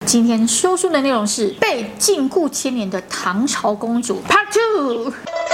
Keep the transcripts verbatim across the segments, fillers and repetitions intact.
今天说书的内容是被禁锢千年的唐朝公主 Part Two。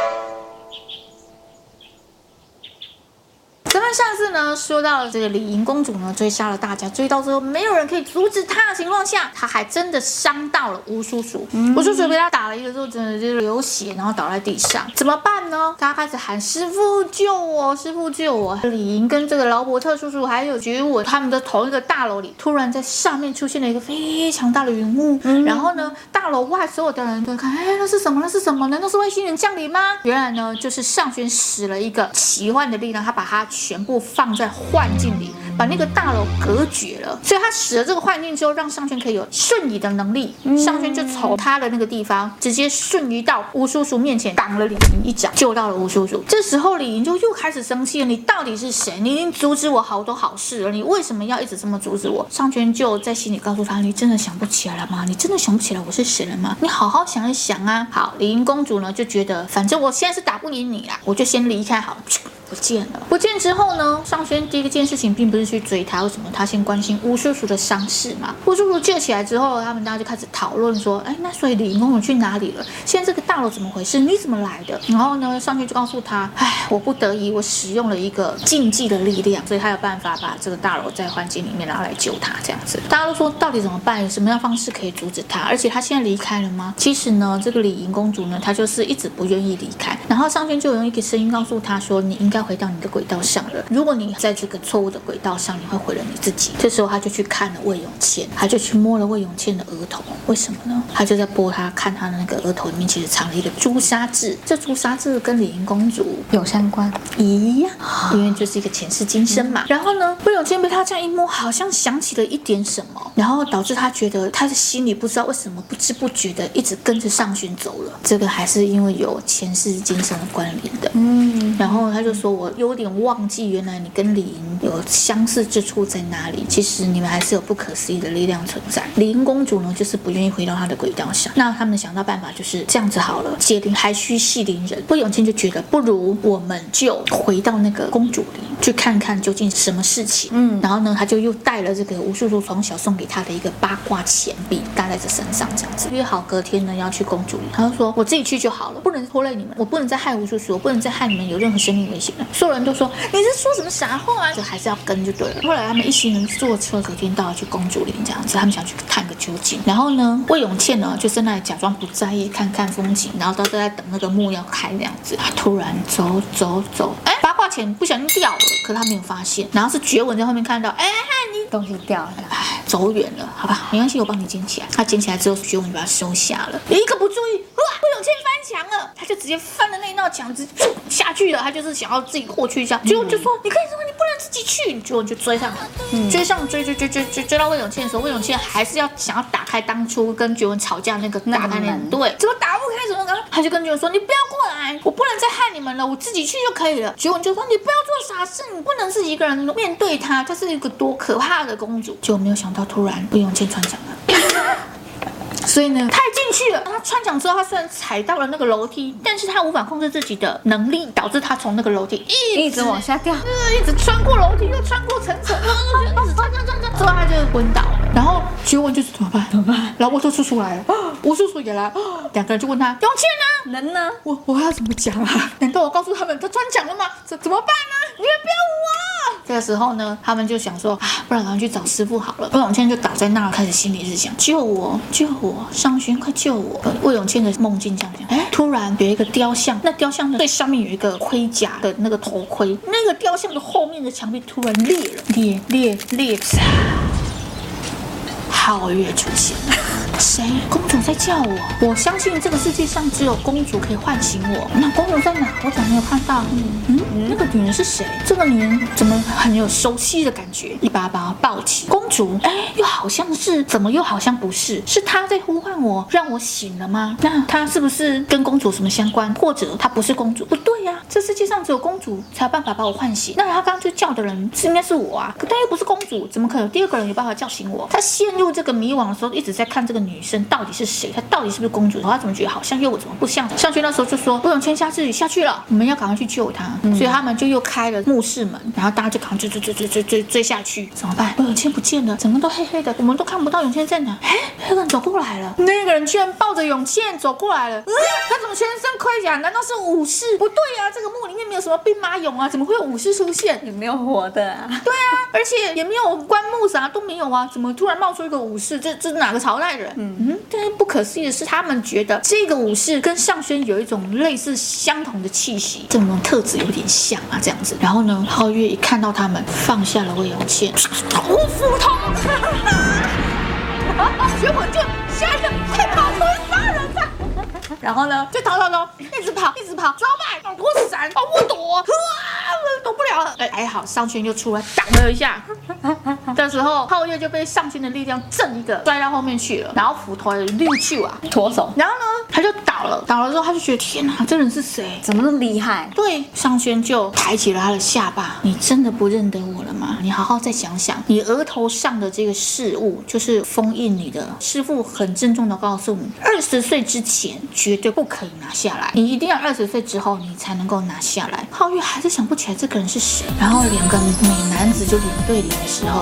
咱们上次呢说到这个李银公主呢追杀了大家，追到之后没有人可以阻止她的情况下，她还真的伤到了吴叔叔。嗯、吴叔叔被她打了一个之后，真的就流血，然后倒在地上。怎么办呢？大家开始喊师傅救我，师傅救我！李银跟这个劳伯特叔叔还有觉武，他们的同一个大楼里，突然在上面出现了一个非常大的云雾。嗯、然后呢，大楼外所有的人都看，哎，那是什么？那是什么？难道是外星人降临吗？原来呢，就是上轩使了一个奇幻的力量，他把它全部放在幻境里，把那个大楼隔绝了。所以他使了这个幻境之后，让上轩可以有瞬移的能力。嗯、上轩就从他的那个地方直接瞬移到吴叔叔面前，挡了李银一掌，救到了吴叔叔。这时候李银就又开始生气了：你到底是谁？你已经阻止我好多好事了，你为什么要一直这么阻止我？上轩就在心里告诉他：你真的想不起来了吗？你真的想不起来我是谁了吗？你好好想一想啊！好，李银公主呢就觉得，反正我现在是打不赢你啦，我就先离开好了。不见了，不见之后呢？上轩第一件事情并不是去追他，为什么？他先关心吴叔叔的伤势嘛。吴叔叔救起来之后，他们大家就开始讨论说：“哎，那所以李银公主去哪里了？现在这个大楼怎么回事？你怎么来的？”然后呢，上轩就告诉他：“哎，我不得已，我使用了一个禁忌的力量，所以他有办法把这个大楼在环境里面拿来救他。”这样子，大家都说到底怎么办？有什么样的方式可以阻止他？而且他现在离开了吗？其实呢，这个李银公主呢，她就是一直不愿意离开。然后上轩就用一个声音告诉他说：“你应该回到你的轨道上了。如果你在这个错误的轨道上，你会毁了你自己。”这时候他就去看了魏永倩，他就去摸了魏永倩的额头。为什么呢？他就在拨他看他的那个额头里面，其实藏了一个朱砂痣。这朱砂痣跟李银公主有相关一样，因为就是一个前世今生嘛。然后呢，魏永倩被他这样一摸，好像想起了一点什么，然后导致他觉得他的心里不知道为什么不知不觉的一直跟着上轩走了。这个还是因为有前世今生的关联的。嗯，然后他就说：“我有点忘记，原来你跟李银有相似之处在哪里？其实你们还是有不可思议的力量存在。”李银公主呢，就是不愿意回到她的轨道上。那他们想到办法，就是这样子好了，解铃还须系铃人。魏永倩就觉得，不如我们就回到那个公主陵，去看看究竟什么事情。嗯，然后呢，他就又带了这个吴叔叔从小送给他的一个八卦钱币，带在这身上，这样子约好隔天呢要去公主陵。他就说：“我自己去就好了，不能拖累你们，我不能再害吴叔叔，我不能再害你们有任何生命危险了。”所有人都说：“你是说什么傻话啊？”就还是要跟就对了。后来他们一行人坐车，隔天到了去公主陵，这样子，他们想去探个究竟。然后呢，魏永倩呢就在那里假装不在意，看看风景，然后都在等那个幕要开这样子。他突然走走走，哎，八卦钱不小心掉了，可是他没有发现。然后是觉文在后面看到，哎，你东西掉了， 哎，走远了，好吧，没关系，我帮你捡起来。他捡起来之后，觉文就把它收下了。一个不注意，哇，魏永倩翻墙了，他就直接翻了那一道墙，直接下去了。他就是想要自己过去一下，结果就说：“你可以说你不能自己去。”结果就追上了，嗯、追上追追追追追追到魏永倩的时候，魏永倩还是要想要打开当初跟觉文吵架那个打开那门，对，怎么打不开？怎么搞？他就跟觉文说：“你不要过来，我不能再害你们了，我自己去就可以了。”觉文就说：“你不要做傻事，你不能自己一个人面对她，她是一个多可怕的公主。”结果没有想到，突然魏永倩穿墙了。所以呢，他也进去了。他穿墙之后，他虽然踩到了那个楼梯，但是他无法控制自己的能力，导致他从那个楼梯一一直往下掉， 呃，一直穿过楼梯，又穿过层层，一直穿穿穿穿，最后他就昏倒了。然后觉文就是怎么办？怎么办？然后我叔叔出来了，吴叔叔也来，两个人就问他：“永倩呢？ 人呢？ 我我要怎么讲啊？难道我告诉他们他穿墙了吗？这怎么办呢？你们不要我！”这个时候呢，他们就想说：“啊，不然赶快去找师傅好了。”魏永倩就倒在那儿，开始心里是想：“救我，救我！上轩，快救我！”魏永倩的梦境这样讲。哎，突然有一个雕像，那雕像的最上面有一个盔甲的那个头盔，那个雕像的后面的墙壁突然裂了，裂裂裂，啪！皓月出现了。谁？公主在叫我。我相信这个世界上只有公主可以唤醒我。那公主在哪？我怎么没有看到？嗯嗯，那个女人是谁？这个女人怎么很有熟悉的感觉？一把把她抱起。公主，哎，又好像是，怎么又好像不是？是她在呼唤我，让我醒了吗？那她是不是跟公主什么相关？或者她不是公主？不对呀、啊，这世界上只有公主才有办法把我唤醒。那她刚刚就叫的人是应该是我啊，可她又不是公主，怎么可能有第二个人有办法叫醒我？她陷入这这个迷惘的时候，一直在看这个女生到底是谁，她到底是不是公主？她怎么觉得好像又怎么不像？上轩那时候就说魏永谦下自己下去了，我们要赶快去救他。嗯、所以他们就又开了墓室门，然后大家就赶快追追追追追追追下去。怎么办？魏永谦不见了，整个都黑黑的，我们都看不到永谦在哪。哎，那个人走过来了，那个人居然抱着永谦走过来了。嗯，他怎么全身盔甲？难道是武士？不对啊，这个墓里面没有什么兵马俑啊，怎么会有武士出现？ 也没有活的啊。 对啊，而且也没有棺木啥都没有啊，怎么突然冒出一个武士？这这是哪个朝代人？嗯嗯，但是不可思议的是，他们觉得这个武士跟上轩有一种类似相同的气息，这种特质有点像啊，这样子。然后呢，皓月一看到他们，放下了魏永谦，屠斧头，结果就下一个快跑，突然杀人吧。然后呢，就逃逃逃，一直跑，一直跑，抓麦，躲闪，哦，我躲，啊，躲不了了。哎，还好上轩就出来挡了一下。这时候皓月就被上轩的力量震一个，摔到后面去了，然后斧头也溜去啊， 脱手。 然后呢，他就倒了，倒了之后他就觉得天哪，这人是谁？ 怎么那么厉害？ 对，上轩就抬起了他的下巴，你真的不认得我了吗？你好好再想想，你额头上的这个饰物就是封印你的。师父很郑重的告诉你，二十岁之前绝对不可以拿下来，你一定要二十岁之后你才能够拿下来。皓月还是想不起来这个人是谁，然后两个美男子就脸对脸的时候，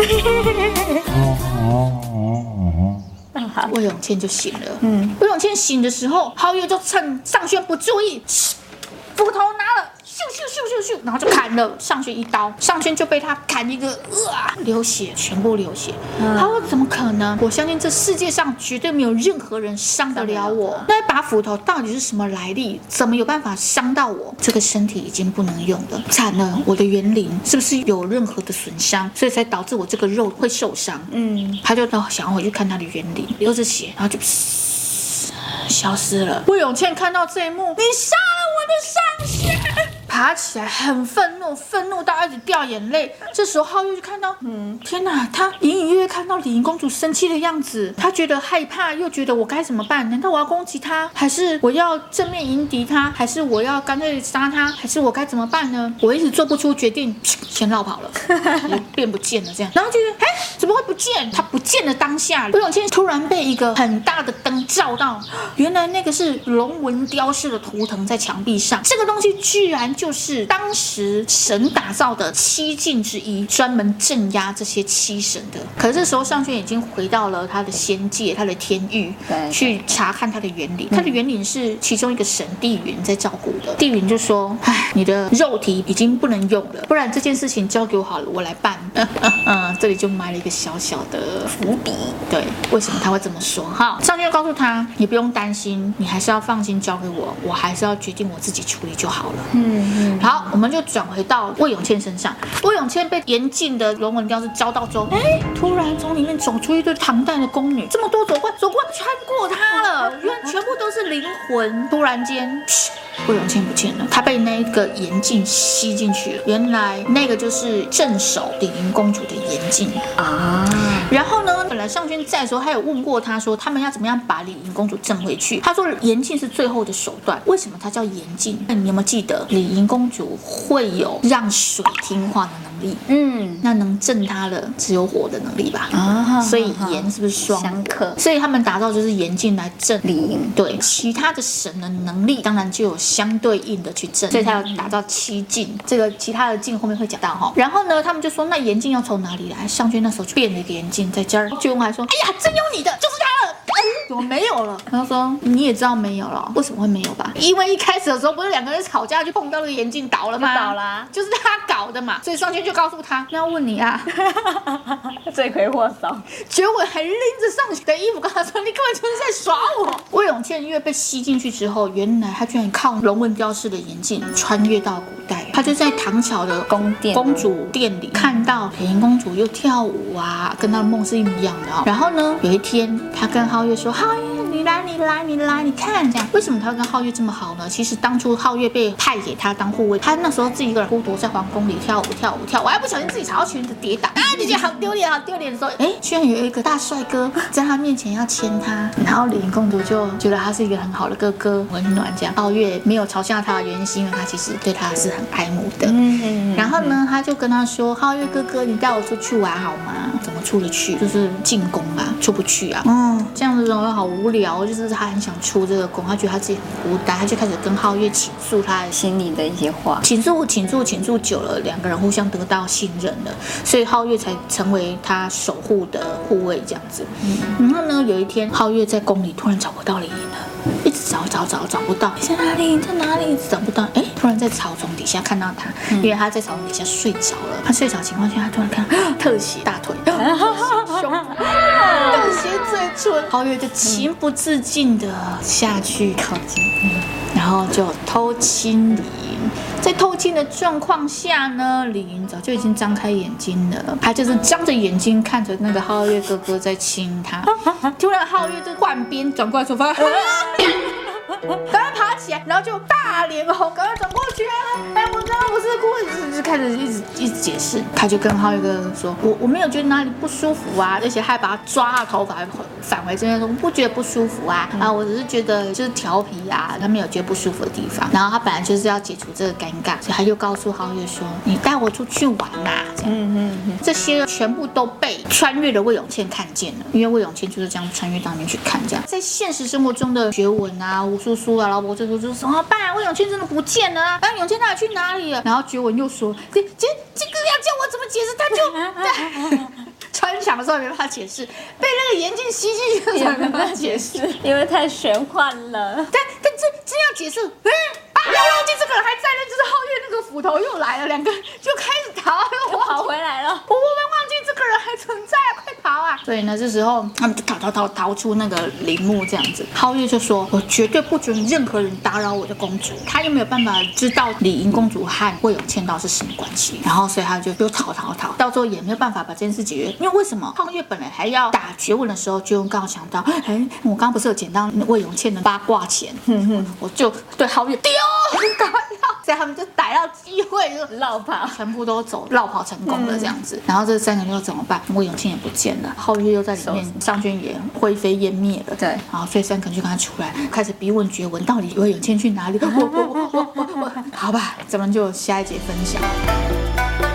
魏永谦就醒了。嗯，魏永谦醒的时候，皓月就趁上轩不注意，斧头拿了。咻咻咻咻咻，然后就砍了上轩一刀，上轩就被他砍一个，呃，流血，全部流血。嗯、他说：“怎么可能？我相信这世界上绝对没有任何人伤得了我。那一把斧头到底是什么来历？怎么有办法伤到我？这个身体已经不能用了，惨了！我的元灵是不是有任何的损伤，所以才导致我这个肉会受伤？”嗯，他就想要回去看他的元灵，流着血，然后就消失了。魏永谦看到这一幕，你杀了我的上轩！爬起来，很愤怒，愤怒到一直掉眼泪。这时候皓月就看到，嗯，天哪！他隐隐约约看到李银公主生气的样子，他觉得害怕，又觉得我该怎么办？难道我要攻击他，还是我要正面迎敌他，还是我要干脆杀他，还是我该怎么办呢？我一直做不出决定，先绕跑了，也变不见了这样。然后就是，哎，怎么会不见？他不见的当下，魏永谦突然被一个很大的灯照到，原来那个是龙纹雕饰的图腾在墙壁上，这个东西居然就是当时神打造的七境之一，专门镇压这些七神的。可是这时候上轩已经回到了他的仙界，他的天域，去查看他的元灵。他的元灵是其中一个神帝云在照顾的。帝云就说：“哎，你的肉体已经不能用了，不然这件事情交给我好了，我来办。”嗯嗯嗯，这里就埋了一个小小的伏笔。对，为什么他会这么说？哈，上轩告诉他：“你不用担心，你还是要放心交给我，我还是要决定我自己处理就好了。”嗯。好，我们就转回到魏永谦身上。魏永谦被严禁的龙纹雕饰教到之后，哎，突然从里面走出一对唐代的宫女，这么多走过来，走过来穿过他了，原来全部都是灵魂。突然间，魏永谦不见了，他被那个严禁吸进去了。原来那个就是镇守李银公主的严禁啊。然后呢，本来上轩在的时候，他有问过他说，他们要怎么样把李银公主挣回去？他说严禁是最后的手段。为什么它叫严禁？那你有没有记得李银公主会有让水听话的能力？嗯，那能震她的只有火的能力吧？啊，所以盐是不是双相克？ 所以他们打造就是严禁来震李银。对，其他的神的能力当然就有相对应的去震，所以他要打造七境。这个其他的境后面会讲到哈。然后呢，他们就说那严禁要从哪里来？上轩那时候就变了一个严禁在这儿。隽文还说：“哎呀，真有你的，就是他了。”怎么没有了？他说你也知道没有了，为什么会没有吧？因为一开始的时候不是两个人吵架就碰到那个眼镜倒了吗？ 倒了、啊， 就是他搞的嘛。所以上轩就告诉他，那要问你啊， 罪魁祸首。 隽文还拎着上轩的衣服跟他说，你根本就是在耍我。魏永谦因为被吸进去之后，原来他居然靠龙纹雕饰的眼镜穿越到古代，他就在唐朝的宫殿公主殿里看到李银公主又跳舞啊，跟她的梦是一模一样的、哦。然后呢，有一天他跟皓月说，皓月，你来，你来，你来，你看这样。为什么他会跟皓月这么好呢？其实当初皓月被派给他当护卫，他那时候自己一个人孤独在皇宫里跳舞跳舞跳舞，还不小心自己踩到裙子跌倒，啊，就觉得好丢脸，好丢脸的时候，哎，居然有一个大帅哥在他面前要牵他，然后李公主就觉得他是一个很好的哥哥，温暖这样。皓月没有嘲笑他的原因是因为他其实对他是很爱慕的。嗯，然后呢，他就跟他说：“皓月哥哥，你带我出去玩好吗？怎么出得去？就是进宫啊，出不去啊。嗯，这样子人好无聊，就是他很想出这个宫，他觉得他自己很孤单，他就开始跟皓月倾诉他心里的一些话。 倾诉、倾诉、倾诉久了，两个人互相得到信任了，所以皓月才成为他守护的护卫这样子。嗯，然后呢，有一天皓月在宫里突然找不到李莹了，一直找找找找不到，你在哪里？你在哪里？一直找不到。哎，突然在草丛底下看到他，因为他在草丛底下睡着了。他睡着的情况下，他突然看到特写大腿，特写胸，特写嘴唇，皓月就情不自禁的下去靠近，嗯，然后就偷亲李莹。在偷亲的状况下呢，李莹早就已经张开眼睛了，她就是张着眼睛看着那个皓月哥哥在亲她。突然皓月就换边转过来说：“发现。”赶快爬起来，然后就大脸红，赶快转过去啊！哎，我知道我是故意，就开始一直一直解释。他就跟皓月哥哥说：“我我没有觉得哪里不舒服啊，而且还把他抓他头发返回这边说，我不觉得不舒服啊，啊，我只是觉得就是调皮啊，他没有觉得不舒服的地方。然后他本来就是要解除这个尴尬，所以他就告诉皓月说：你带我出去玩啦！这样，嗯嗯嗯，这些全部都被穿越的魏永倩看见了，因为魏永倩就是这样穿越到里面去看，这样在现实生活中的学文啊。”吴叔叔啊，老婆就说就怎么办？魏永倩真的不见了啊！然后永倩她去哪里了？然后觉文又说，这这这个要叫我怎么解释？他就穿墙的时候没办法解释，被那个眼镜吸进去的时候没办法解释， 因为太玄幻了。 但但这这样解释，嗯啊，我忘记这个人还在那，就是皓月那个斧头又来了，两个就开始逃， 又跑回来了。 我我们忘记这个人还存在啊，快逃啊！所以呢，这时候他们就逃逃逃逃出那个陵墓这样子。皓月就说：“我绝对不准任何人打扰我的公主。”他又没有办法知道李莹公主和魏永倩到是什么关系，然后所以他就又逃逃逃，到最后也没有办法把这件事解决。因为为什么皓月本来还要打觉文的时候，觉文刚好想到，哎，我刚刚不是有捡到魏永倩的八卦钱，哼哼，我就对皓月丢，赶快跑，所以他们就逮到机会就绕跑， 全部都走绕跑成功了这样子。嗯、然后这三个人又怎么办？魏永庆也不见了，皓月又在里面，商圈也灰飞烟灭了。 对， 然后所以三个人就跟他出来，开始逼问觉文，到底魏永庆去哪里？我我我我我我，好吧，咱们就下一节分享。